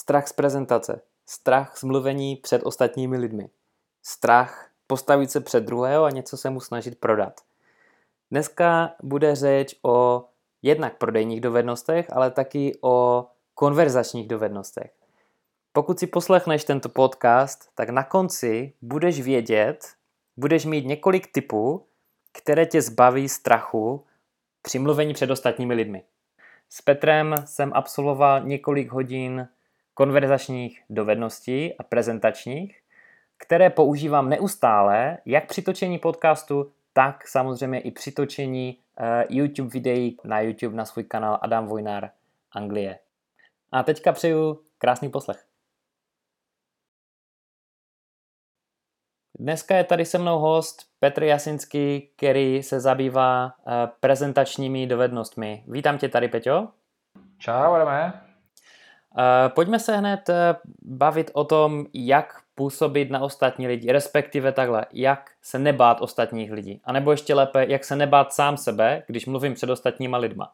Strach z prezentace, strach z mluvení před ostatními lidmi, strach postavit se před druhého a něco se mu snažit prodat. Dneska bude řeč o jednak prodejních dovednostech, ale taky o konverzačních dovednostech. Pokud si poslechneš tento podcast, tak na konci budeš vědět, budeš mít několik tipů, které tě zbaví strachu při mluvení před ostatními lidmi. S Petrem jsem absolvoval několik hodin konverzačních dovedností a prezentačních, které používám neustále, jak při točení podcastu, tak samozřejmě i při točení YouTube videí na YouTube na svůj kanál Adam Vojnár Anglie. A teďka přeju krásný poslech. Dneska je tady se mnou host Petr Jasinský, který se zabývá prezentačními dovednostmi. Vítám tě tady, Peťo. Čau, Adame. Pojďme se hned bavit o tom, jak působit na ostatní lidi, respektive takhle, jak se nebát ostatních lidí. A nebo ještě lépe, jak se nebát sám sebe, když mluvím před ostatníma lidma.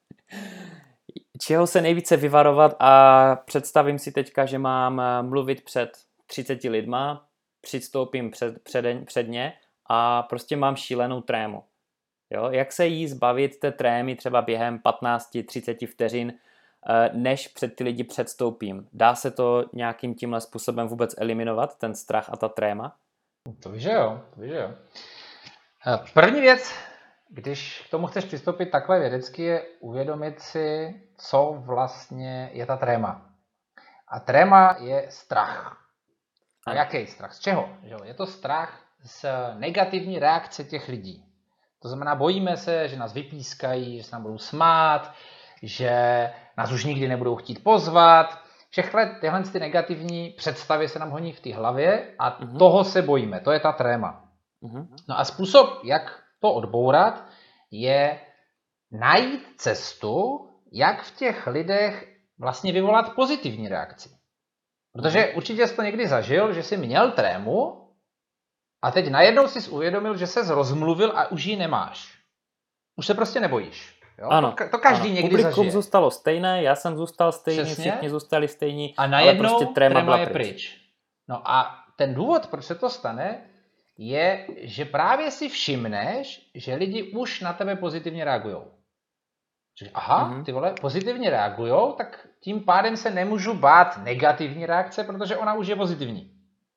Čeho se nejvíce vyvarovat a představím si teďka, že mám mluvit před 30 lidma, přistoupím před ně a prostě mám šílenou trému. Jo? Jak se jí zbavit té trémy třeba během 15-30 vteřin, než před ty lidi předstoupím? Dá se to nějakým tímhle způsobem vůbec eliminovat, ten strach a ta tréma? To víš, že jo. První věc, když k tomu chceš přistoupit takhle vědecky, je uvědomit si, co vlastně je ta tréma. A tréma je strach. A jaký strach? Z čeho? Je to strach z negativní reakce těch lidí. To znamená, bojíme se, že nás vypískají, že se nám budou smát, že nás už nikdy nebudou chtít pozvat. Všechny tyhle negativní představy se nám honí v té hlavě a toho se bojíme. To je ta tréma. No a způsob, jak to odbourat, je najít cestu, jak v těch lidech vlastně vyvolat pozitivní reakci. Protože určitě jsi to někdy zažil, že jsi měl trému a teď najednou jsi uvědomil, že ses rozmluvil a už ji nemáš. Už se prostě nebojíš. Jo? Ano, to každý někdy zažije. Publikum zůstalo stejné, já jsem zůstal stejný, Přesně. Všichni zůstali stejní, a najednou ale prostě tréma je pryč. No a ten důvod, proč se to stane, je, že právě si všimneš, že lidi už na tebe pozitivně reagujou. Ty vole, pozitivně reagujou, tak tím pádem se nemůžu bát negativní reakce, protože ona už je pozitivní.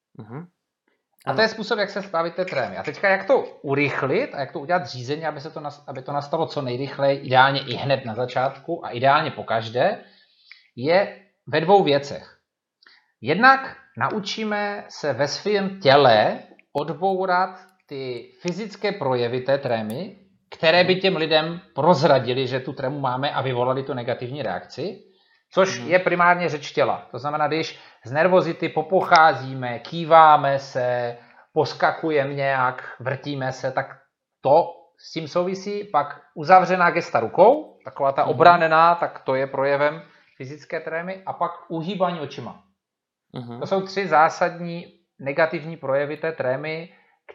A to je způsob, jak se zbavit té trémy. A teďka jak to urychlit a jak to udělat řízení, aby to nastalo co nejrychleji, ideálně i hned na začátku a ideálně pokaždé, je ve dvou věcech. Jednak naučíme se ve svém těle odbourat ty fyzické projevy té trémy, které by těm lidem prozradili, že tu trému máme a vyvolali tu negativní reakci, což je primárně řeč těla. To znamená, když z nervozity popocházíme, kýváme se, poskakujeme nějak, vrtíme se, tak to s tím souvisí. Pak uzavřená gesta rukou, taková ta obranená, tak to je projevem fyzické trémy. A pak uhýbání očima. To jsou 3 zásadní negativní projevy té trémy,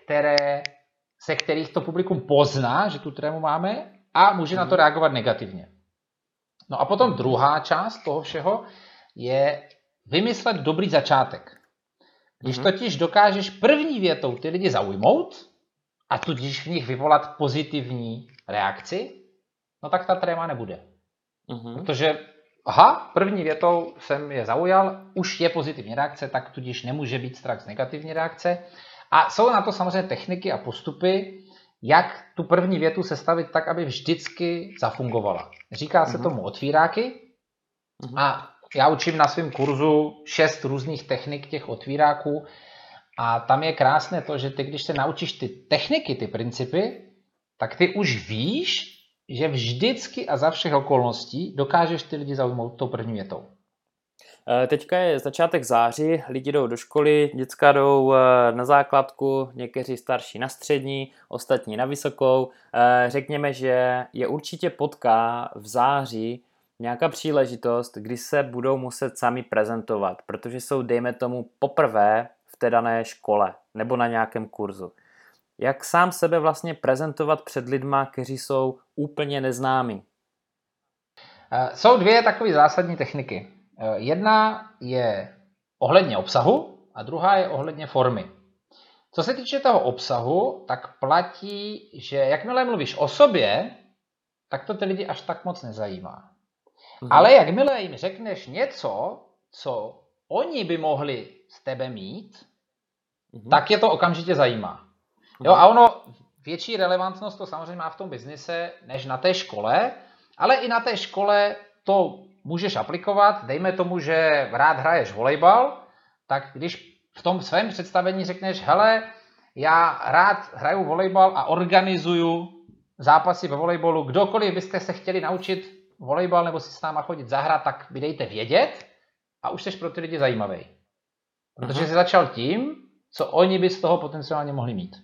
se kterých to publikum pozná, že tu trému máme a může na to reagovat negativně. No a potom druhá část toho všeho je vymyslet dobrý začátek. Když totiž dokážeš první větou ty lidi zaujmout a tudíž v nich vyvolat pozitivní reakci, no tak ta tréma nebude. Protože první větou jsem je zaujal, už je pozitivní reakce, tak tudíž nemůže být strach z negativní reakce. A jsou na to samozřejmě techniky a postupy, jak tu první větu sestavit tak, aby vždycky zafungovala. Říká se tomu otvíráky a já učím na svém kurzu 6 různých technik těch otvíráků a tam je krásné to, že ty, když se naučíš ty techniky, ty principy, tak ty už víš, že vždycky a za všech okolností dokážeš ty lidi zaujmout tou první větou. Teďka je začátek září, lidi jdou do školy, děcka jdou na základku, někteří starší na střední, ostatní na vysokou. Řekněme, že je určitě potká v září nějaká příležitost, kdy se budou muset sami prezentovat, protože jsou, dejme tomu, poprvé v té dané škole nebo na nějakém kurzu. Jak sám sebe vlastně prezentovat před lidma, kteří jsou úplně neznámí? Jsou 2 takové zásadní techniky. Jedna je ohledně obsahu a druhá je ohledně formy. Co se týče toho obsahu, tak platí, že jakmile mluvíš o sobě, tak to ty lidi až tak moc nezajímá. Ale jakmile jim řekneš něco, co oni by mohli z tebe mít, tak je to okamžitě zajímá. Jo, a ono, větší relevantnost to samozřejmě má v tom biznise, než na té škole, ale i na té škole to můžeš aplikovat. Dejme tomu, že rád hraješ volejbal, tak když v tom svém představení řekneš, hele, já rád hraju volejbal a organizuju zápasy ve volejbalu, kdokoliv byste se chtěli naučit volejbal nebo si s náma chodit zahrát, tak mi dejte vědět a už jsi pro ty lidi zajímavý. Protože jsi začal tím, co oni by z toho potenciálně mohli mít.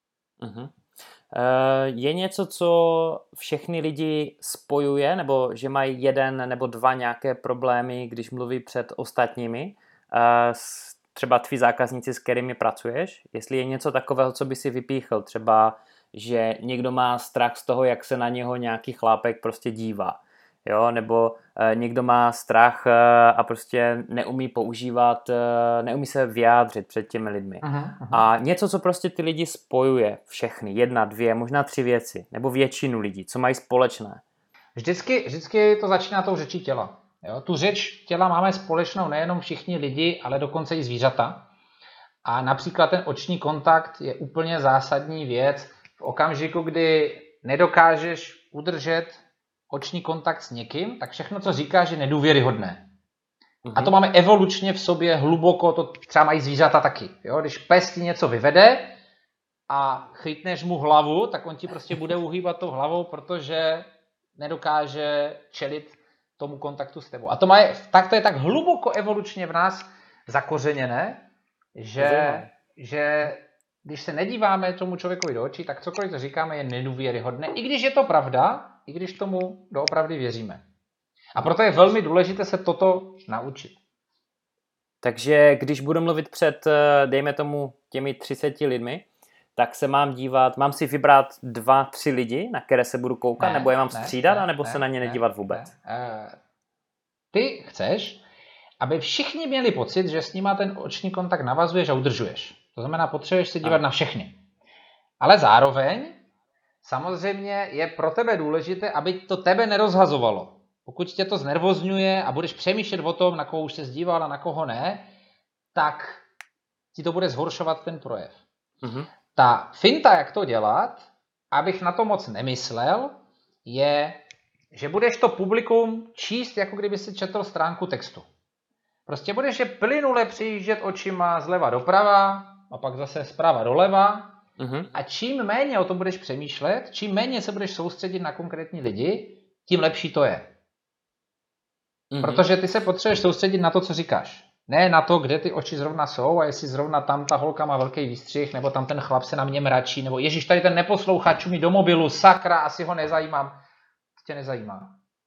Je něco, co všechny lidi spojuje, nebo že mají jeden nebo dva nějaké problémy, když mluví před ostatními? Třeba tví zákazníci, s kterými pracuješ? Jestli je něco takového, co by si vypíchl, třeba, že někdo má strach z toho, jak se na něho nějaký chlápek prostě dívá. Jo? Nebo někdo má strach a prostě neumí používat, neumí se vyjádřit před těmi lidmi. A něco, co prostě ty lidi spojuje, všechny, 1, 2, možná 3 věci, nebo většinu lidí, co mají společné. Vždycky to začíná tou řečí těla. Jo? Tu řeč těla máme společnou nejenom všichni lidi, ale dokonce i zvířata. A například ten oční kontakt je úplně zásadní věc. V okamžiku, kdy nedokážeš udržet oční kontakt s někým, tak všechno, co říkáš, je nedůvěryhodné. A to máme evolučně v sobě hluboko, to třeba mají zvířata taky. Jo? Když pes ti něco vyvede a chytneš mu hlavu, tak on ti prostě bude uhýbat tou hlavou, protože nedokáže čelit tomu kontaktu s tebou. A to je tak hluboko evolučně v nás zakořeněné, že když se nedíváme tomu člověkovi do očí, tak cokoliv to říkáme je nedůvěryhodné, i když je to pravda, i když tomu doopravdy věříme. A proto je velmi důležité se toto naučit. Takže když budu mluvit před, dejme tomu, těmi 30 lidmi, tak se mám dívat, mám si vybrat 2, 3 lidi, na které se budu koukat, nebo je mám střídat, anebo se na ně nedívat vůbec? Ty chceš, aby všichni měli pocit, že s nima ten oční kontakt navazuješ a udržuješ. To znamená, potřebuješ se dívat na všechny. Ale zároveň samozřejmě je pro tebe důležité, aby to tebe nerozhazovalo. Pokud tě to znervozňuje a budeš přemýšlet o tom, na koho už se díval a na koho ne, tak ti to bude zhoršovat ten projev. Ta finta, jak to dělat, abych na to moc nemyslel, je, že budeš to publikum číst, jako kdyby si četl stránku textu. Prostě budeš je plynule přijíždět očima zleva doprava a pak zase zprava doleva. A čím méně o tom budeš přemýšlet, čím méně se budeš soustředit na konkrétní lidi, tím lepší to je. Protože ty se potřebuješ soustředit na to, co říkáš. Ne na to, kde ty oči zrovna jsou a jestli zrovna tam ta holka má velký výstřih, nebo tam ten chlap se na mě mračí, nebo ježiš, tady ten neposlouchač mi do mobilu, sakra, asi ho nezajímám. To tě nezajímá.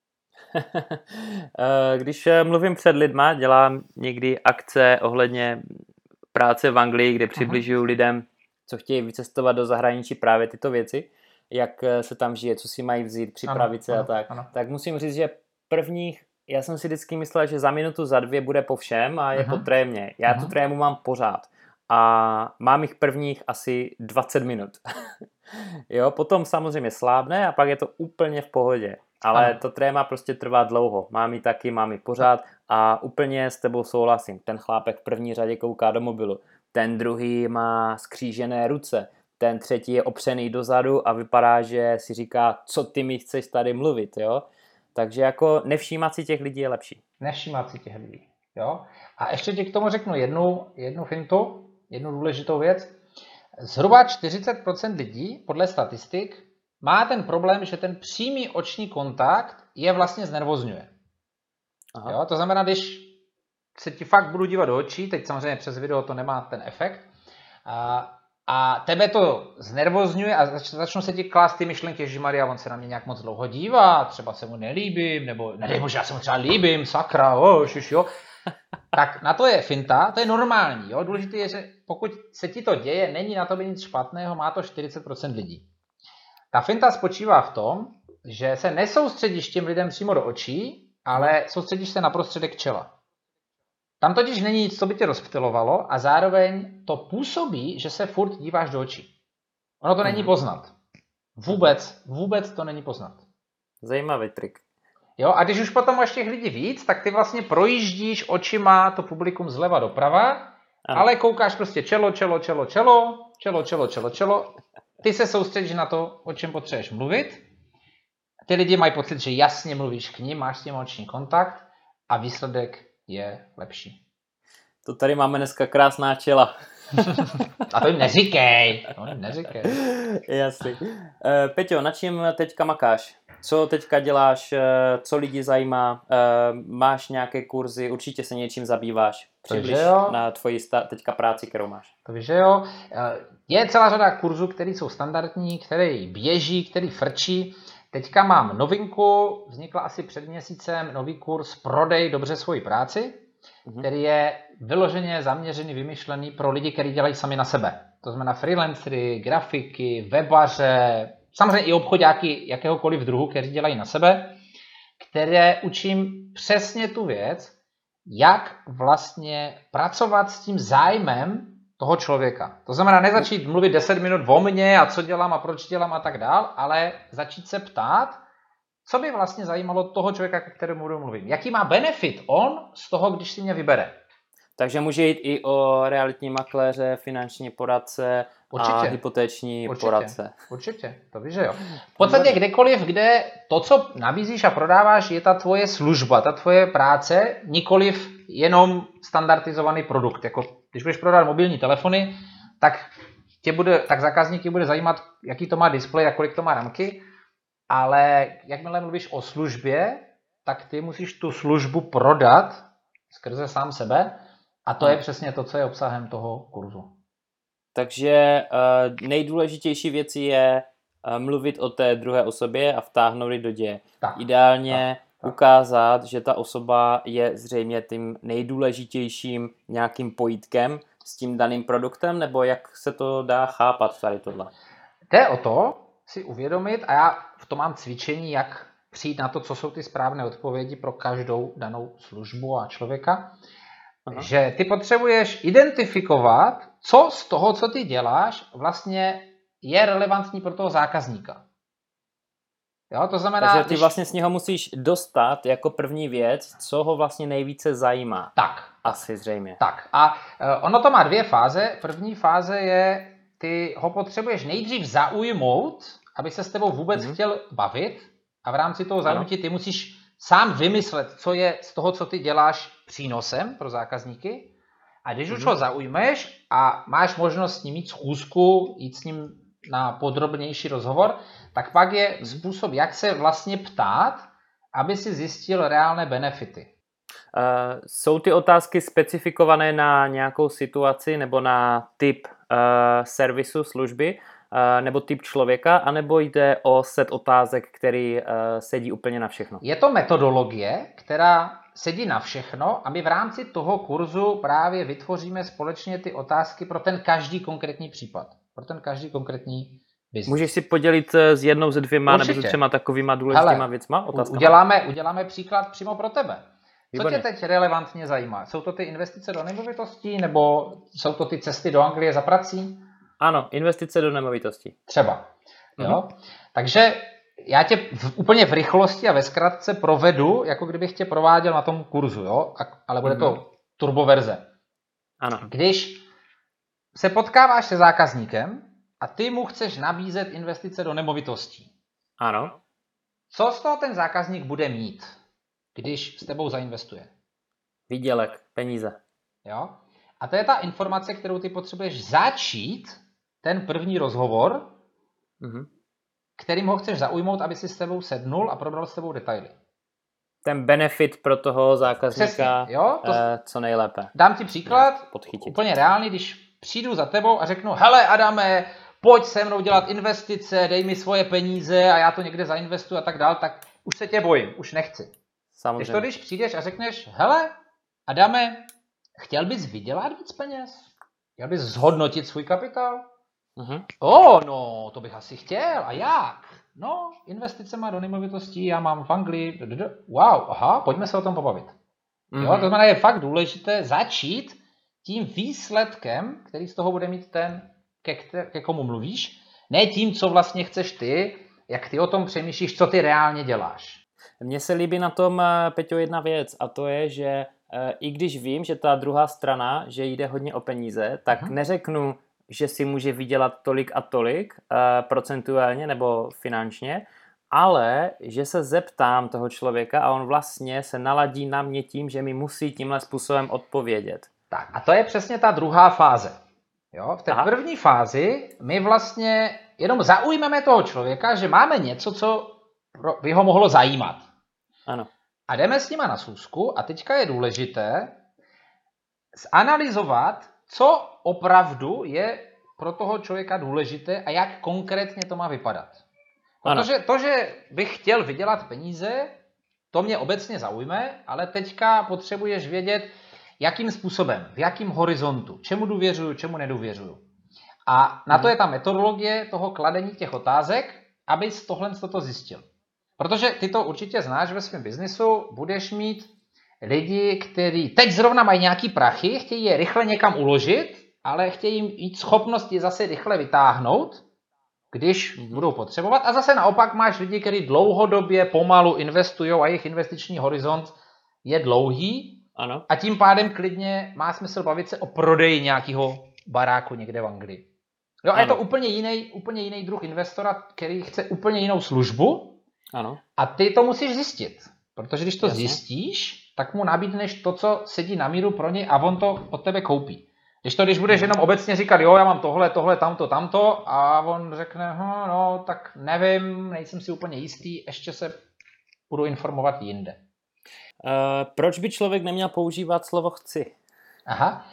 Když mluvím před lidma, dělám někdy akce ohledně práce v Anglii, kde přibližuju lidem, co chtějí vycestovat do zahraničí, právě tyto věci, jak se tam žije, co si mají vzít, připravit se a tak. Tak musím říct, že já jsem si vždycky myslel, že za minutu, za 2 bude po všem a je po trémě. Já tu trému mám pořád a mám jich prvních asi 20 minut. Jo, potom samozřejmě slábne a pak je to úplně v pohodě. Ale to tréma prostě trvá dlouho. Mám ji pořád a úplně s tebou souhlasím. Ten chlápek v první řadě kouká do mobilu. Ten druhý má skřížené ruce. Ten třetí je opřený dozadu a vypadá, že si říká, co ty mi chceš tady mluvit, jo? Takže jako nevšímat si těch lidí je lepší. Nevšímat si těch lidí, jo? A ještě ti k tomu řeknu jednu fintu, jednu důležitou věc. Zhruba 40% lidí, podle statistik, má ten problém, že ten přímý oční kontakt je vlastně znervozňuje. Jo? To znamená, když se ti fakt budu dívat do očí, teď samozřejmě přes video to nemá ten efekt, a tebe to znervozňuje a začnou se ti klást ty myšlenky, ježišmarja, on se na mě nějak moc dlouho dívá, třeba se mu nelíbím, nebo nedej bože, já se mu třeba líbím, sakra, jo. Tak na to je finta, to je normální. Jo? Důležité je, že pokud se ti to děje, není na tobě nic špatného, má to 40% lidí. Ta finta spočívá v tom, že se nesoustředíš těm lidem přímo do očí, ale soustředíš se na prostředek čela. Tam totiž není nic, co by tě rozptylovalo a zároveň to působí, že se furt díváš do očí. Ono to není poznat. Vůbec to není poznat. Zajímavý trik. Jo, a když už potom máš těch lidí víc, tak ty vlastně projíždíš očima to publikum zleva doprava, ale koukáš prostě čelo. Ty se soustředíš na to, o čem potřebuješ mluvit. Ty lidi mají pocit, že jasně mluvíš k nim, máš s tím oční kontakt a výsledek je lepší. To tady máme dneska krásná čela. A to jim neříkej. Jasný. Peťo, na čím teďka makáš? Co teďka děláš? Co lidi zajímá? Máš nějaké kurzy? Určitě se něčím zabýváš. Přibliž na tvoji teďka práci, kterou máš. To víš, že jo. Je celá řada kurzů, které jsou standardní, které běží, které frčí. Teďka mám novinku, vznikla asi před měsícem, nový kurz Prodej dobře svoji práci, který je vyloženě zaměřený, vymyšlený pro lidi, kteří dělají sami na sebe. To znamená freelancery, grafiky, webaře, samozřejmě i obchodáky jakéhokoliv druhu, kteří dělají na sebe, které učím přesně tu věc, jak vlastně pracovat s tím zájmem toho člověka. To znamená nezačít mluvit 10 minut o mně a co dělám a proč dělám a tak dál, ale začít se ptát, co by vlastně zajímalo toho člověka, ke kterému budu mluvit. Jaký má benefit on z toho, když si mě vybere. Takže může jít i o realitní makléře, finanční poradce a hypoteční poradce. Určitě, to víš, že jo. V podstatě kdekoliv, kde to, co nabízíš a prodáváš, je ta tvoje služba, ta tvoje práce, nikoliv jenom standardizovaný produkt. Jako když budeš prodávat mobilní telefony, tak zákazníky bude zajímat, jaký to má displej a kolik to má ramky, ale jakmile mluvíš o službě, tak ty musíš tu službu prodat skrze sám sebe a to je přesně to, co je obsahem toho kurzu. Takže nejdůležitější věc je mluvit o té druhé osobě a vtáhnout ji do děje. Ideálně ukázat, že ta osoba je zřejmě tím nejdůležitějším nějakým pojítkem s tím daným produktem, nebo jak se to dá chápat tady tohle? Jde o to si uvědomit, a já v tom mám cvičení, jak přijít na to, co jsou ty správné odpovědi pro každou danou službu a člověka, že ty potřebuješ identifikovat, co z toho, co ty děláš, vlastně je relevantní pro toho zákazníka. Jo, to znamená, takže ty vlastně z něho musíš dostat jako první věc, co ho vlastně nejvíce zajímá. Tak. Asi zřejmě. Tak a ono to má dvě fáze. První fáze je, ty ho potřebuješ nejdřív zaujmout, aby se s tebou vůbec chtěl bavit a v rámci toho zaujmutí ty musíš sám vymyslet, co je z toho, co ty děláš přínosem pro zákazníky. A když už ho zaujmeš a máš možnost s ním mít schůzku, jít s ním na podrobnější rozhovor, tak pak je způsob, jak se vlastně ptát, aby si zjistil reálné benefity. Jsou ty otázky specifikované na nějakou situaci nebo na typ servisu, služby, nebo typ člověka, anebo jde o set otázek, který sedí úplně na všechno? Je to metodologie, která sedí na všechno a my v rámci toho kurzu právě vytvoříme společně ty otázky pro ten každý konkrétní případ, pro ten každý konkrétní business. Můžeš si podělit s jednou, ze dvěma nebo se třema takovýma důležitýma věcma, otázkama? Uděláme příklad přímo pro tebe. Co tě teď relevantně zajímá? Jsou to ty investice do nemovitostí nebo jsou to ty cesty do Anglie za prací? Ano, investice do nemovitostí. Třeba. Jo? Takže já tě úplně v rychlosti a ve zkratce provedu, jako kdybych tě prováděl na tom kurzu, jo? Ale bude to turboverze. Ano. Když se potkáváš se zákazníkem a ty mu chceš nabízet investice do nemovitostí. Ano. Co z toho ten zákazník bude mít, když s tebou zainvestuje? Výdělek, peníze. Jo? A to je ta informace, kterou ty potřebuješ začít ten první rozhovor, kterým ho chceš zaujmout, aby si s tebou sednul a probral s tebou detaily. Ten benefit pro toho zákazníka. Přesně, jo? Co nejlépe. Dám ti příklad, úplně reálný, když přijdu za tebou a řeknu, hele Adame, pojď se mnou dělat investice, dej mi svoje peníze a já to někde zainvestuju a tak dál, tak už se tě bojím, už nechci. Samozřejmě. Když přijdeš a řekneš, hele Adame, chtěl bys vydělat víc peněz? Chtěl bys zhodnotit svůj kapitál? No, to bych asi chtěl. A jak? No, investice má do nemovitostí, já mám v Anglii. Wow, aha, pojďme se o tom pobavit. Jo? To znamená, je fakt důležité začít tím výsledkem, který z toho bude mít ten, ke komu mluvíš, ne tím, co vlastně chceš ty, jak ty o tom přemýšlíš, co ty reálně děláš. Mně se líbí na tom, Peťo, jedna věc, a to je, že i když vím, že ta druhá strana, že jde hodně o peníze, tak neřeknu, že si může vydělat tolik a tolik procentuálně nebo finančně, ale že se zeptám toho člověka a on vlastně se naladí na mě tím, že mi musí tímhle způsobem odpovědět. Tak a to je přesně ta druhá fáze. Jo? V té první fázi my vlastně jenom zaujmeme toho člověka, že máme něco, co by ho mohlo zajímat. Ano. A jdeme s nima na schůzku a teďka je důležité zanalyzovat, co opravdu je pro toho člověka důležité a jak konkrétně to má vypadat. Protože to, že bych chtěl vydělat peníze, to mě obecně zaujme, ale teďka potřebuješ vědět, jakým způsobem, v jakém horizontu, čemu důvěřuju, čemu nedůvěřuju. A na to je ta metodologie toho kladení těch otázek, abys tohle zjistil. Protože ty to určitě znáš ve svém biznisu, budeš mít lidi, kteří teď zrovna mají nějaký prachy, chtějí je rychle někam uložit, ale chtějí mít schopnost je zase rychle vytáhnout, když budou potřebovat. A zase naopak máš lidi, kteří dlouhodobě pomalu investují a jejich investiční horizont je dlouhý. Ano. A tím pádem klidně má smysl bavit se o prodeji nějakého baráku někde v Anglii. Jo, a je to úplně jiný druh investora, který chce úplně jinou službu. Ano. A ty to musíš zjistit. Protože když to zjistíš, tak mu nabídneš to, co sedí na míru pro něj a on to od tebe koupí. Když budeš jenom obecně říkat, jo, já mám tohle, tamto a on řekne, no, tak nevím, nejsem si úplně jistý, ještě se budu informovat jinde. Proč by člověk neměl používat slovo chci? Aha.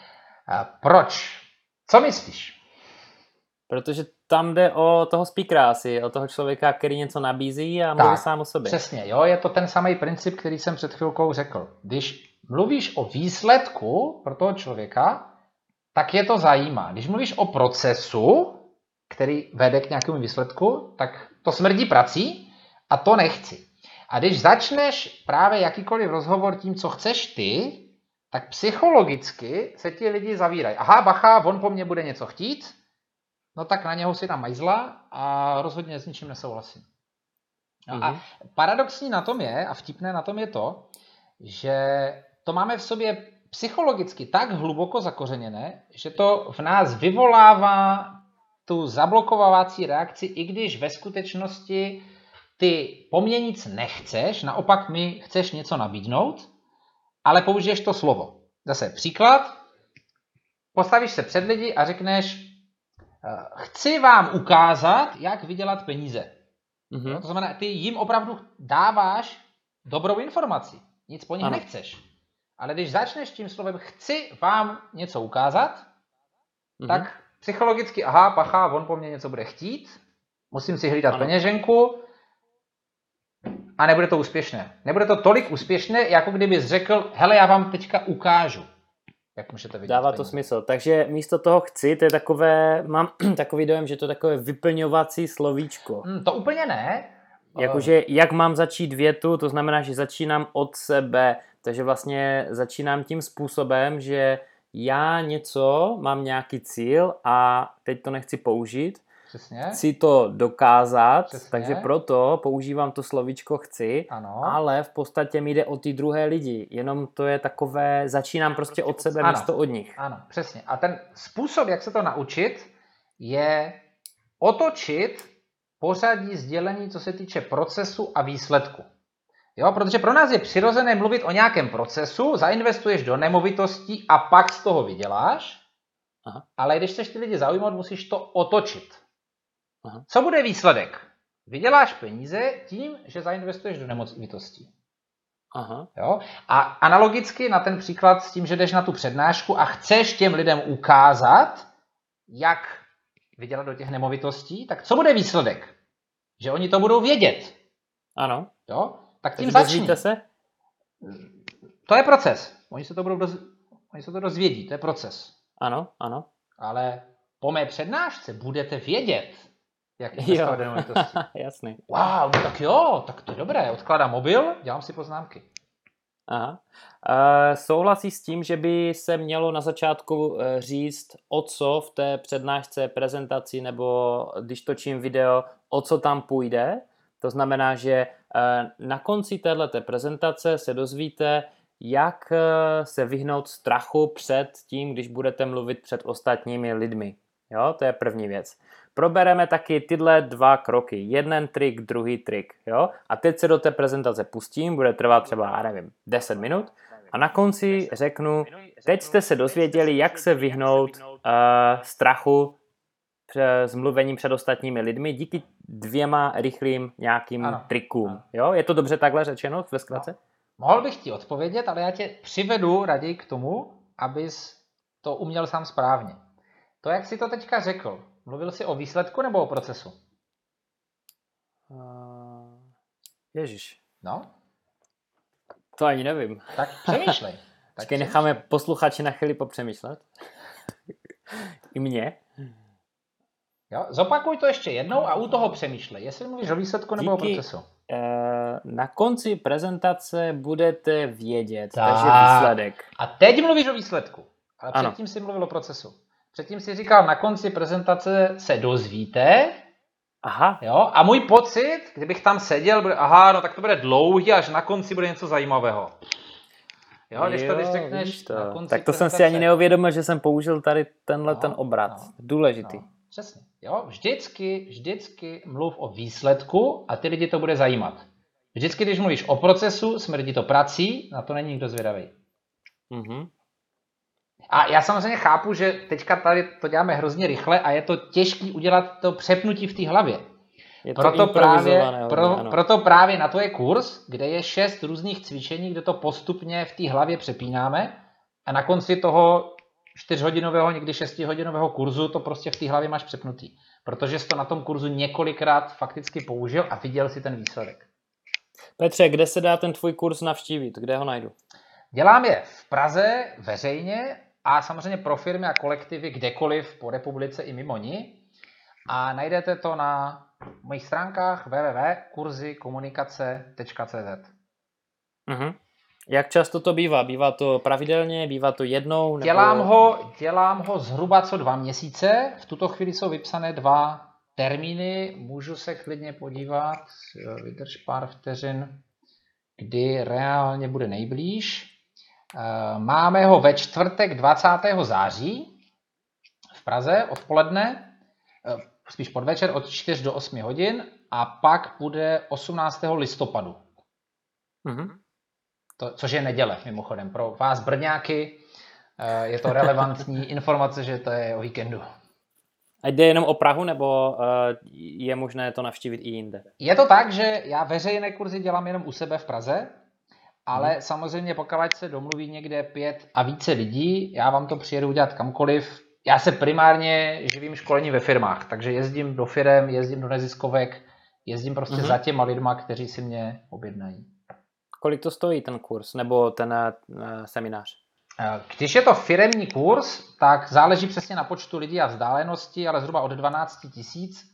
Proč? Co myslíš? Protože tam jde o toho speakera asi, o toho člověka, který něco nabízí a mluví sám o sobě. Přesně, jo, je to ten samý princip, který jsem před chvilkou řekl. Když mluvíš o výsledku pro toho člověka, tak je to zajímá. Když mluvíš o procesu, který vede k nějakému výsledku, tak to smrdí prací a to nechci. A když začneš právě jakýkoliv rozhovor tím, co chceš ty, tak psychologicky se ti lidi zavírají. Aha, bacha, on po mně bude něco chtít, no tak na něho si tam majzla a rozhodně s ničím nesouhlasím. No a paradoxní na tom je, a vtipné na tom je to, že to máme v sobě psychologicky tak hluboko zakořeněné, že to v nás vyvolává tu zablokovávací reakci, i když ve skutečnosti ty po mně nic nechceš, naopak mi chceš něco nabídnout, ale použiješ to slovo. Zase příklad, postavíš se před lidi a řekneš, chci vám ukázat, jak vydělat peníze. To znamená, ty jim opravdu dáváš dobrou informaci. Nic po nich nechceš. Ale když začneš tím slovem chci vám něco ukázat, tak psychologicky, aha, pacha, on po mně něco bude chtít, musím si hlídat peněženku a nebude to úspěšné. Nebude to tolik úspěšné, jako kdybys řekl, hele, já vám teďka ukážu, jak můžete vydělat Dává peníze. to smysl. Takže místo toho chci, to je takové, mám takový dojem, že to je takové vyplňovací slovíčko. To úplně ne. Jakože jak mám začít větu, to znamená, že začínám od sebe, takže vlastně začínám tím způsobem, že já mám nějaký cíl a teď to nechci použít. Přesně. Chci to dokázat, Přesně. takže proto používám to slovíčko chci, ale v podstatě mi jde o ty druhé lidi. Jenom to je takové, začínám prostě od sebe místo od nich. Ano, přesně. A ten způsob, jak se to naučit, je otočit pořadí sdělení, co se týče procesu a výsledku. Jo, protože pro nás je přirozené mluvit o nějakém procesu, zainvestuješ do nemovitostí a pak z toho vyděláš, ale když chceš ty lidi zaujmout, musíš to otočit. Co bude výsledek? Vyděláš peníze tím, že zainvestuješ do nemovitostí. Jo? A analogicky na ten příklad s tím, že jdeš na tu přednášku a chceš těm lidem ukázat, jak vydělat do těch nemovitostí, tak co bude výsledek? Že oni to budou vědět. Ano. Jo? Tak tím začni. Se? To je proces. Oni se to dozvědí, to je proces. Ano. Ale po mé přednášce budete vědět, jak investovat do nemovitostí. Jasný. Wow, no tak jo, tak to je dobré. Odkládám mobil, dělám si poznámky. Aha. Souhlasíš s tím, že by se mělo na začátku říct, o co v té přednášce, prezentaci nebo když točím video, o co tam půjde? To znamená, že na konci téhleté prezentace se dozvíte, jak se vyhnout strachu před tím, když budete mluvit před ostatními lidmi. Jo, to je první věc. Probereme taky tyhle 2 kroky. Jeden trik, druhý trik. Jo? A teď se do té prezentace pustím, bude trvat třeba, já nevím, 10 minut. A na konci řeknu, teď jste se dozvěděli, jak se vyhnout strachu s mluvením před ostatními lidmi díky 2 rychlým nějakým trikům. Jo? Je to dobře takhle řečeno ve zkratce? No. Mohl bych ti odpovědět, ale já tě přivedu raději k tomu, abys to uměl sám správně. To, jak jsi to teďka řekl, mluvil jsi o výsledku nebo o procesu? Ježiš. No? To ani nevím. Tak přemýšlej. Počkej, necháme posluchači na chvíli popřemýšlet. I mě. Jo? Zopakuj to ještě jednou a u toho přemýšlej. Jestli mluvíš o výsledku nebo o procesu. Na konci prezentace budete vědět, takže výsledek. A teď mluvíš o výsledku, ale předtím jsi mluvil o procesu. Předtím jsi říkal, na konci prezentace se dozvíte. Aha. Jo? A můj pocit, kdybych tam seděl, bude, no tak to bude dlouhý, až na konci bude něco zajímavého. Jo, když řekneš to. Na konci tak to jsem si ani neuvědomil, že jsem použil tady ten obrat. Důležitý. Přesně. Jo? Vždycky mluv o výsledku a ty lidi to bude zajímat. Vždycky, když mluvíš o procesu, smrdí to prací, na to není nikdo zvědavý. Mhm. A já samozřejmě chápu, že teďka tady to děláme hrozně rychle a je to těžký udělat to přepnutí v té hlavě. Proto právě na to je kurz, kde je 6 různých cvičení, kde to postupně v té hlavě přepínáme a na konci toho 4hodinového, někdy 6hodinového kurzu to prostě v té hlavě máš přepnutý. Protože jsi to na tom kurzu několikrát fakticky použil a viděl si ten výsledek. Petře, kde se dá ten tvůj kurz navštívit? Kde ho najdu? Dělám je v Praze veřejně a samozřejmě pro firmy a kolektivy kdekoliv po republice i mimo ní. A najdete to na mých stránkách www.kurzikomunikace.cz. Mhm. Jak často to bývá? Bývá to pravidelně? Bývá to jednou? Nebo... Dělám ho zhruba co 2 měsíce. V tuto chvíli jsou vypsané 2 termíny. Můžu se klidně podívat, vydrž pár vteřin, kdy reálně bude nejblíž. Máme ho ve čtvrtek 20. září v Praze odpoledne, spíš podvečer od 4 do 8 hodin a pak bude 18. listopadu. Mhm. Což je neděle, mimochodem. Pro vás Brňáky je to relevantní informace, že to je o víkendu. A jde jenom o Prahu, nebo je možné to navštívit i jinde? Je to tak, že já veřejné kurzy dělám jenom u sebe v Praze, ale samozřejmě pokud se domluví někde 5 a více lidí, já vám to přijedu udělat kamkoliv. Já se primárně živím školení ve firmách, takže jezdím do firem, jezdím do neziskovek, jezdím prostě za těma lidma, kteří si mě objednají. Kolik to stojí ten kurz nebo ten seminář? Když je to firemní kurz, tak záleží přesně na počtu lidí a vzdálenosti, ale zhruba od 12 000.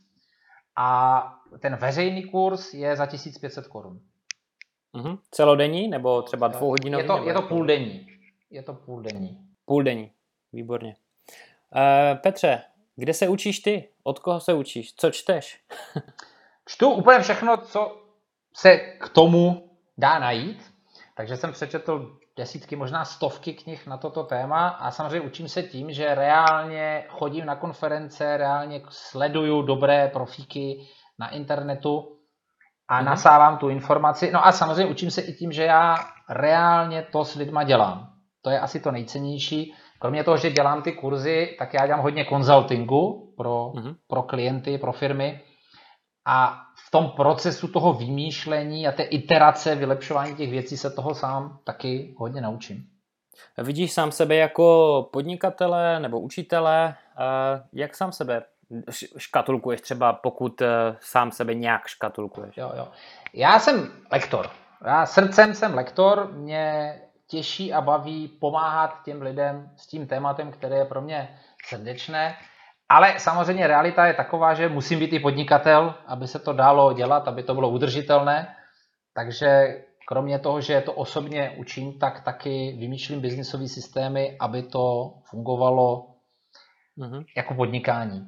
A ten veřejný kurz je za 1500 korun. Celodenní nebo třeba 2hodinový? Je to půldenní. Je to půldenní. Půldenní, výborně. Petře, kde se učíš ty? Od koho se učíš? Co čteš? Čtu úplně všechno, co se k tomu dá najít. Takže jsem přečetl desítky, možná stovky knih na toto téma a samozřejmě učím se tím, že reálně chodím na konference, reálně sleduju dobré profíky na internetu a nasávám tu informaci. No a samozřejmě učím se i tím, že já reálně to s lidma dělám. To je asi to nejcennější. Kromě toho, že dělám ty kurzy, tak já dělám hodně konzultingu pro klienty, pro firmy. A v tom procesu toho vymýšlení a té iterace, vylepšování těch věcí se toho sám taky hodně naučím. Vidíš sám sebe jako podnikatele nebo učitele? Jak sám sebe škatulkuješ třeba, pokud sám sebe nějak škatulkuješ? Jo. Já jsem lektor. Já srdcem jsem lektor. Mě těší a baví pomáhat těm lidem s tím tématem, které je pro mě srdečné. Ale samozřejmě realita je taková, že musím být i podnikatel, aby se to dalo dělat, aby to bylo udržitelné. Takže kromě toho, že to osobně učím, tak taky vymýšlím biznisové systémy, aby to fungovalo jako podnikání.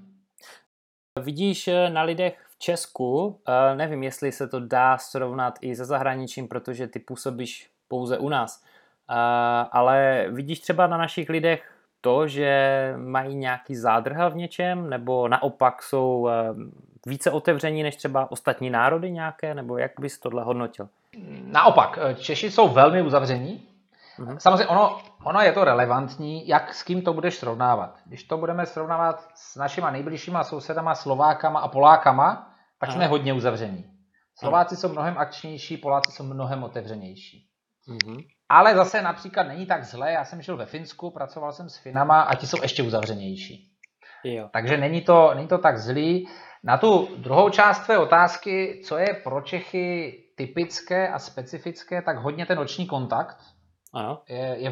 Vidíš na lidech v Česku, nevím, jestli se to dá srovnat i se zahraničím, protože ty působíš pouze u nás, ale vidíš třeba na našich lidech to, že mají nějaký zádrhel v něčem, nebo naopak jsou více otevření než třeba ostatní národy nějaké, nebo jak bys tohle hodnotil? Naopak, Češi jsou velmi uzavření. Samozřejmě ono je to relevantní, jak s kým to budeš srovnávat. Když to budeme srovnávat s našima nejbližšíma sousedama Slovákama a Polákama, tak jsme hodně uzavření. Slováci jsou mnohem akčnější, Poláci jsou mnohem otevřenější. Ale zase například není tak zlé, já jsem žil ve Finsku, pracoval jsem s Finama a ti jsou ještě uzavřenější. Jo. Takže není to tak zlý. Na tu druhou část tvé otázky, co je pro Čechy typické a specifické, tak hodně ten oční kontakt. Ano. Je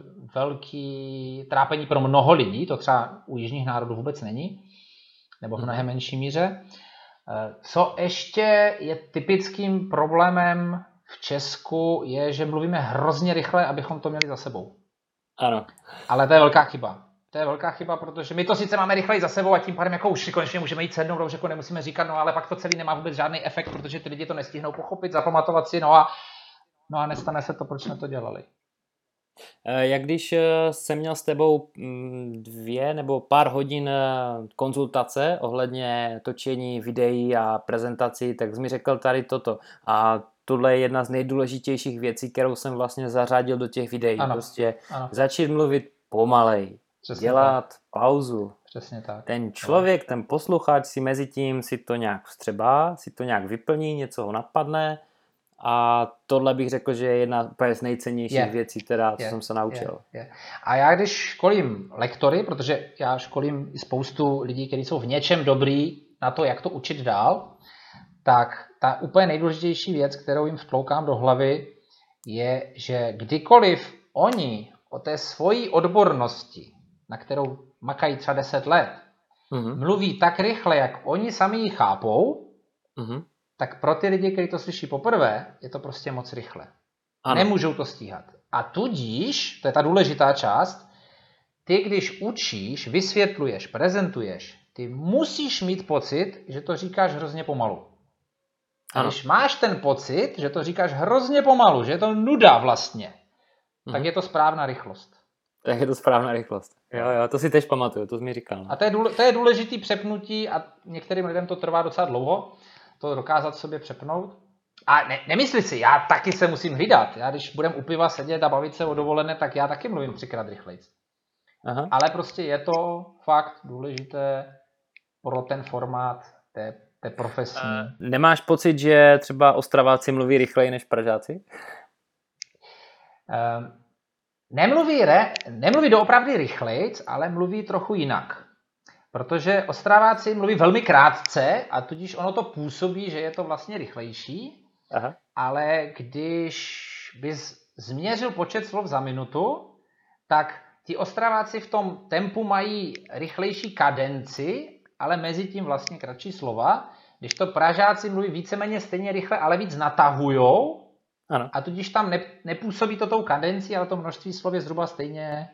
velký trápení pro mnoho lidí, to třeba u jižních národů vůbec není, nebo v mnohem menší míře. Co ještě je typickým problémem v Česku, je, že mluvíme hrozně rychle, abychom to měli za sebou. Ano. Ale to je velká chyba. To je velká chyba, protože my to sice máme rychleji za sebou a tím pádem jako už konečně můžeme jít sednout, dobře, jako nemusíme říkat, no ale pak to celý nemá vůbec žádný efekt, protože ty lidi to nestihnou pochopit, zapamatovat si, no a nestane se to, proč jsme to dělali. Jak když jsem měl s tebou 2 nebo pár hodin konzultace ohledně točení videí a prezentací, tak jsi mi řekl tady toto. A tohle je jedna z nejdůležitějších věcí, kterou jsem vlastně zařadil do těch videí. Ano, prostě ano. Začít mluvit pomalej, Přesně dělat tak. pauzu. Přesně tak. Ten člověk, ten posluchač si mezi tím si to nějak vstřebá, si to nějak vyplní, něco ho napadne. A tohle bych řekl, že je jedna z nejcennějších věcí, co jsem se naučil. A já když školím lektory, protože já školím spoustu lidí, kteří jsou v něčem dobrý na to, jak to učit dál, tak ta úplně nejdůležitější věc, kterou jim vtloukám do hlavy, je, že kdykoliv oni o té svojí odbornosti, na kterou makají třeba 10 let, mluví tak rychle, jak oni sami ji chápou, tak pro ty lidi, kteří to slyší poprvé, je to prostě moc rychle. Ano. Nemůžou to stíhat. A tudíž, to je ta důležitá část, ty když učíš, vysvětluješ, prezentuješ, ty musíš mít pocit, že to říkáš hrozně pomalu. A když máš ten pocit, že to říkáš hrozně pomalu, že je to nuda vlastně, tak je to správná rychlost. Tak je to správná rychlost. Jo, to si tež pamatuju, to jsi mi říkal. A to je důležitý přepnutí a některým lidem to trvá docela dlouho, to dokázat sobě přepnout. A nemysli si, já taky se musím hlídat. Já když budem u piva sedět a bavit se o dovolené, tak já taky mluvím 3krát rychleji. Ale prostě je to fakt důležité pro ten formát té profesní. Nemáš pocit, že třeba Ostraváci mluví rychleji než Pražáci? Nemluví doopravdy rychlejc, ale mluví trochu jinak. Protože Ostraváci mluví velmi krátce a tudíž ono to působí, že je to vlastně rychlejší. Aha. Ale když bys změřil počet slov za minutu, tak ti Ostraváci v tom tempu mají rychlejší kadenci, ale mezi tím vlastně kratší slova. Když to Pražáci mluví víceméně stejně rychle, ale víc natahujou. Ano. A tudíž tam nepůsobí to tou kadencí, ale to množství slov je zhruba stejně,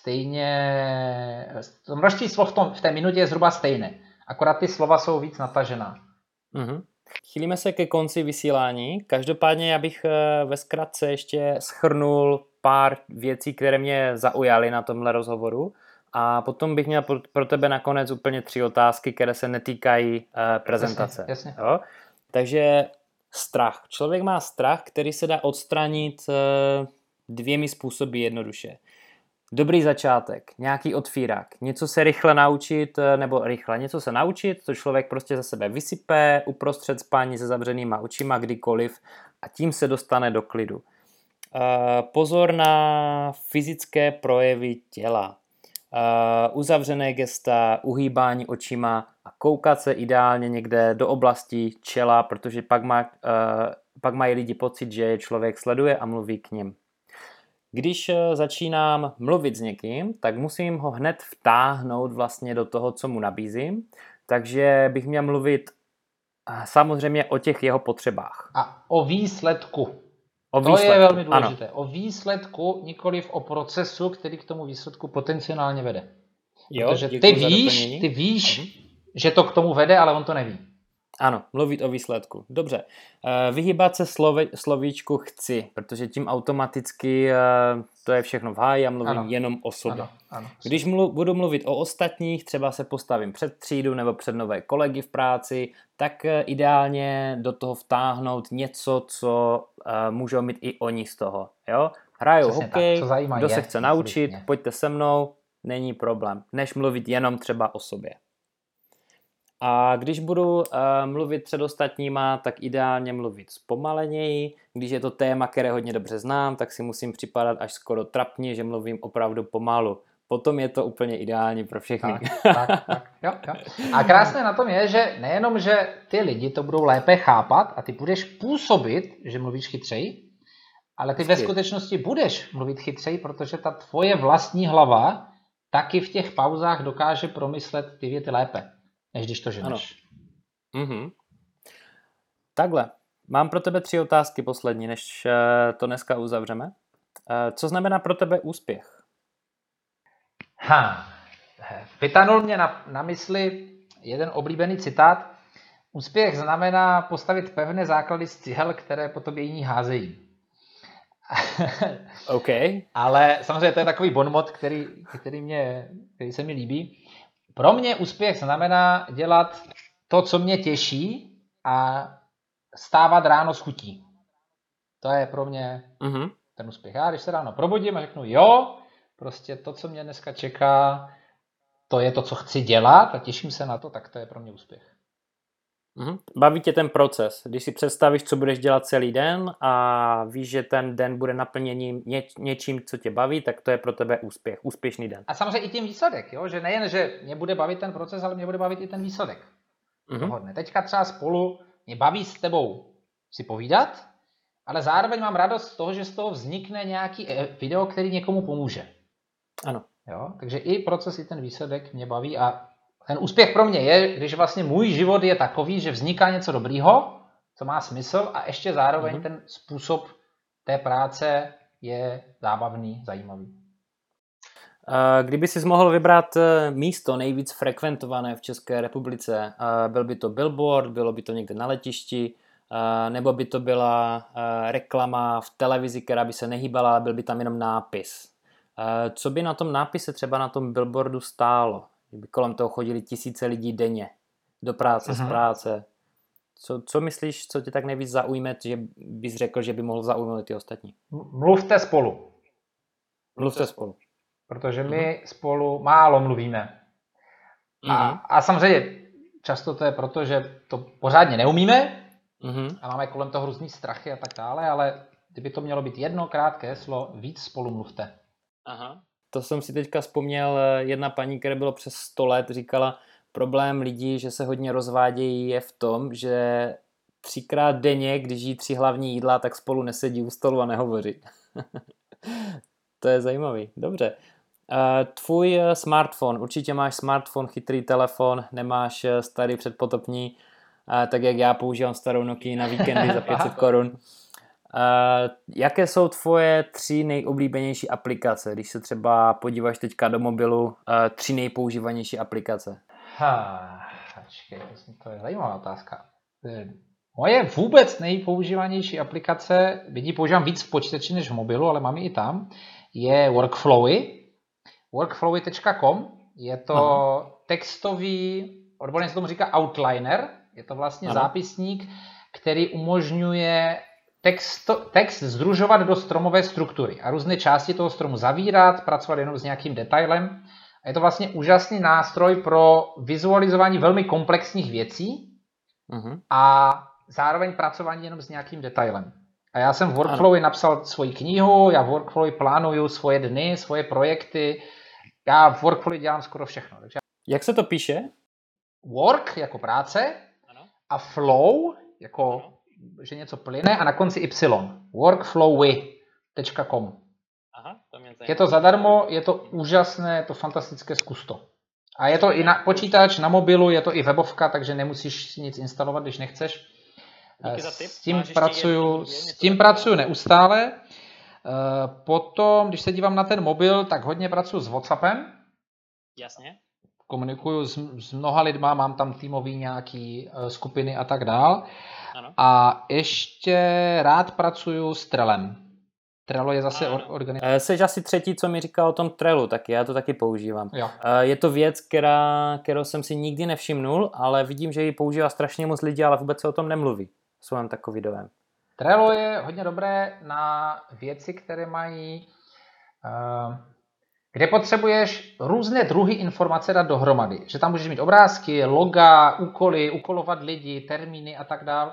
to množství slov v té minutě je zhruba stejné. Akorát ty slova jsou víc natažená. Chýlíme se ke konci vysílání. Každopádně já bych ve zkratce ještě shrnul pár věcí, které mě zaujaly na tomhle rozhovoru. A potom bych měl pro tebe nakonec úplně 3 otázky, které se netýkají prezentace. Jasně. Jo? Takže strach. Člověk má strach, který se dá odstranit 2 způsoby jednoduše. Dobrý začátek, nějaký otvírák, něco se rychle naučit, něco se naučit, to člověk prostě ze sebe vysype uprostřed spání se zavřenýma očima kdykoliv a tím se dostane do klidu. Pozor na fyzické projevy těla. Uzavřené gesta, uhýbání očima a koukat se ideálně někde do oblasti čela, protože pak mají lidi pocit, že je člověk sleduje a mluví k nim. Když začínám mluvit s někým, tak musím ho hned vtáhnout vlastně do toho, co mu nabízím, takže bych měl mluvit samozřejmě o těch jeho potřebách. A o výsledku. To je velmi důležité. Ano. O výsledku, nikoliv o procesu, který k tomu výsledku potenciálně vede. Jo, protože ty víš, že to k tomu vede, ale on to neví. Ano, mluvit o výsledku. Dobře. Vyhýbat se slovíčku chci, protože tím automaticky to je všechno v háji a mluvím jenom o sobě. Ano. Když budu mluvit o ostatních, třeba se postavím před třídu nebo před nové kolegy v práci, tak ideálně do toho vtáhnout něco, co můžou mít i oni z toho. Jo? Hrajou hokej, kdo se chce naučit, pojďte se mnou, není problém. Než mluvit jenom třeba o sobě. A když budu mluvit před ostatníma, tak ideálně mluvit zpomaleněji. Když je to téma, které hodně dobře znám, tak si musím připadat až skoro trapně, že mluvím opravdu pomalu. Potom je to úplně ideální pro všechny. Tak. Jo. A krásné na tom je, že nejenom, že ty lidi to budou lépe chápat a ty budeš působit, že mluvíš chytřeji, ale ty ve skutečnosti budeš mluvit chytřeji, protože ta tvoje vlastní hlava taky v těch pauzách dokáže promyslet ty věty lépe, než když to ženeš. Takhle. Mám pro tebe 3 otázky poslední, než to dneska uzavřeme. Co znamená pro tebe úspěch? Vytanul mě na mysli jeden oblíbený citát. Úspěch znamená postavit pevné základy z cihel, které po tobě jiní házejí. OK. Ale samozřejmě to je takový bonmot, který se mi líbí. Pro mě úspěch znamená dělat to, co mě těší a stávat ráno s chutí. To je pro mě ten úspěch. Já když se ráno probudím a řeknu jo, prostě to, co mě dneska čeká, to je to, co chci dělat a těším se na to, tak to je pro mě úspěch. Baví tě ten proces. Když si představíš, co budeš dělat celý den a víš, že ten den bude naplněný něčím, co tě baví, tak to je pro tebe úspěch. Úspěšný den. A samozřejmě i tím výsledek, jo? Že nejen, že mě bude bavit ten proces, ale mě bude bavit i ten výsledek. Teďka třeba spolu mě baví s tebou si povídat, ale zároveň mám radost z toho, že z toho vznikne nějaký video, který někomu pomůže. Ano. Jo? Takže i proces, i ten výsledek mě baví a ten úspěch pro mě je, když vlastně můj život je takový, že vzniká něco dobrýho, co má smysl a ještě zároveň ten způsob té práce je zábavný, zajímavý. Kdyby jsi mohl vybrat místo nejvíc frekventované v České republice, byl by to billboard, bylo by to někde na letišti, nebo by to byla reklama v televizi, která by se nehýbala, ale byl by tam jenom nápis. Co by na tom nápise, třeba na tom billboardu stálo? Kdyby kolem toho chodili tisíce lidí denně do práce, z práce. Co myslíš, co tě tak nejvíc zaujme, že bys řekl, že by mohl zaujmout ty ostatní? Mluvte spolu. Mluvte spolu. Protože my spolu málo mluvíme. A samozřejmě často to je proto, že to pořádně neumíme a máme kolem toho různý strachy a tak dále, ale kdyby to mělo být jedno krátké heslo, víc spolu mluvte. To jsem si teďka vzpomněl, jedna paní, která bylo přes 100 let, říkala, problém lidí, že se hodně rozvádějí, je v tom, že 3krát denně, když jí 3 hlavní jídla, tak spolu nesedí u stolu a nehovoří. To je zajímavý. Dobře. Tvůj smartphone, určitě máš smartphone, chytrý telefon, nemáš starý předpotopní, tak jak já používám starou Nokia na víkendy za 500 korun. Jaké jsou tvoje 3 nejoblíbenější aplikace, když se třeba podíváš teďka do mobilu, 3 nejpoužívanější aplikace? To je zajímavá otázka. Moje vůbec nejpoužívanější aplikace, byť používám víc v počítači než v mobilu, ale mám ji i tam, je Workflowy. Workflowy.com. Je to textový, odborně se tomu říká outliner, je to vlastně zápisník, který umožňuje text sdružovat do stromové struktury a různé části toho stromu zavírat, pracovat jenom s nějakým detailem. A je to vlastně úžasný nástroj pro vizualizování velmi komplexních věcí a zároveň pracování jenom s nějakým detailem. A já jsem v Workflowy napsal svoji knihu, já v Workflowy plánuju svoje dny, svoje projekty, já v Workflowy dělám skoro všechno. Takže jak se to píše? Work jako práce a flow jako že něco plyne a na konci y. Workflowy.com. Je to zadarmo, je to úžasné, je to fantastické, zkus to. A je to i na počítač, na mobilu, je to i webovka, takže nemusíš si nic instalovat, když nechceš. Díky za tip. S tím pracuju neustále. Potom, když se dívám na ten mobil, tak hodně pracuji s WhatsAppem. Jasně. Komunikuju s mnoha lidma, mám tam týmový nějaký skupiny a tak dál. Ano. A ještě rád pracuju s Trellem. Trello je zase organizace. Jsi asi třetí, co mi říká o tom Trellu, tak já to taky používám. Jo. Je to věc, kterou jsem si nikdy nevšimnul, ale vidím, že ji používá strašně moc lidí, ale vůbec se o tom nemluví v svém takový videovém. Trello je hodně dobré na věci, které mají, kde potřebuješ různé druhy informace dát dohromady. Že tam můžeš mít obrázky, loga, úkoly, úkolovat lidi, termíny a tak dále.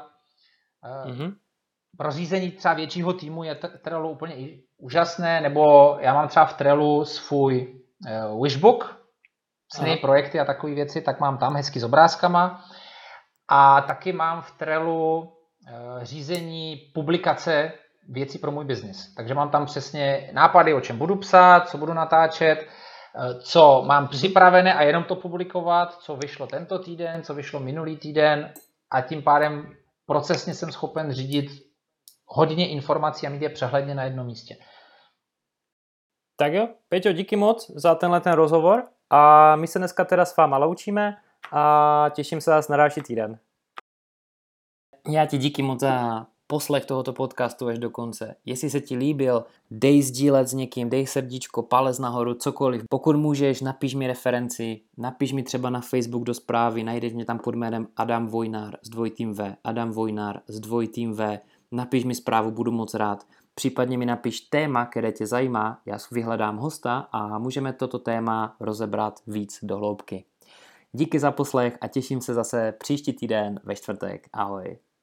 Pro řízení třeba většího týmu je Trello úplně úžasné, nebo já mám třeba v Trellu svůj wishbook, sny, projekty a takové věci, tak mám tam hezky s obrázkama. A taky mám v Trellu řízení publikace věcí pro můj biznis. Takže mám tam přesně nápady, o čem budu psát, co budu natáčet, co mám připravené a jenom to publikovat, co vyšlo tento týden, co vyšlo minulý týden a tím pádem procesně jsem schopen řídit hodně informací a mít je přehledně na jednom místě. Tak jo, Peťo, díky moc za tenhle ten rozhovor a my se dneska teda s váma loučíme a těším se zase na další týden. Já ti díky moc za poslech tohoto podcastu až do konce. Jestli se ti líbil, dej sdílet s někým, dej srdíčko, palec nahoru, cokoliv. Pokud můžeš, napiš mi referenci, napiš mi třeba na Facebook do zprávy, najdeš mě tam pod jménem Adam Vojnár s dvojitým V, Adam Vojnár s dvojitým V, napiš mi zprávu, budu moc rád. Případně mi napiš téma, které tě zajímá, já vyhledám hosta a můžeme toto téma rozebrat víc do hloubky. Díky za poslech a těším se zase příští týden ve čtvrtek. Ahoj.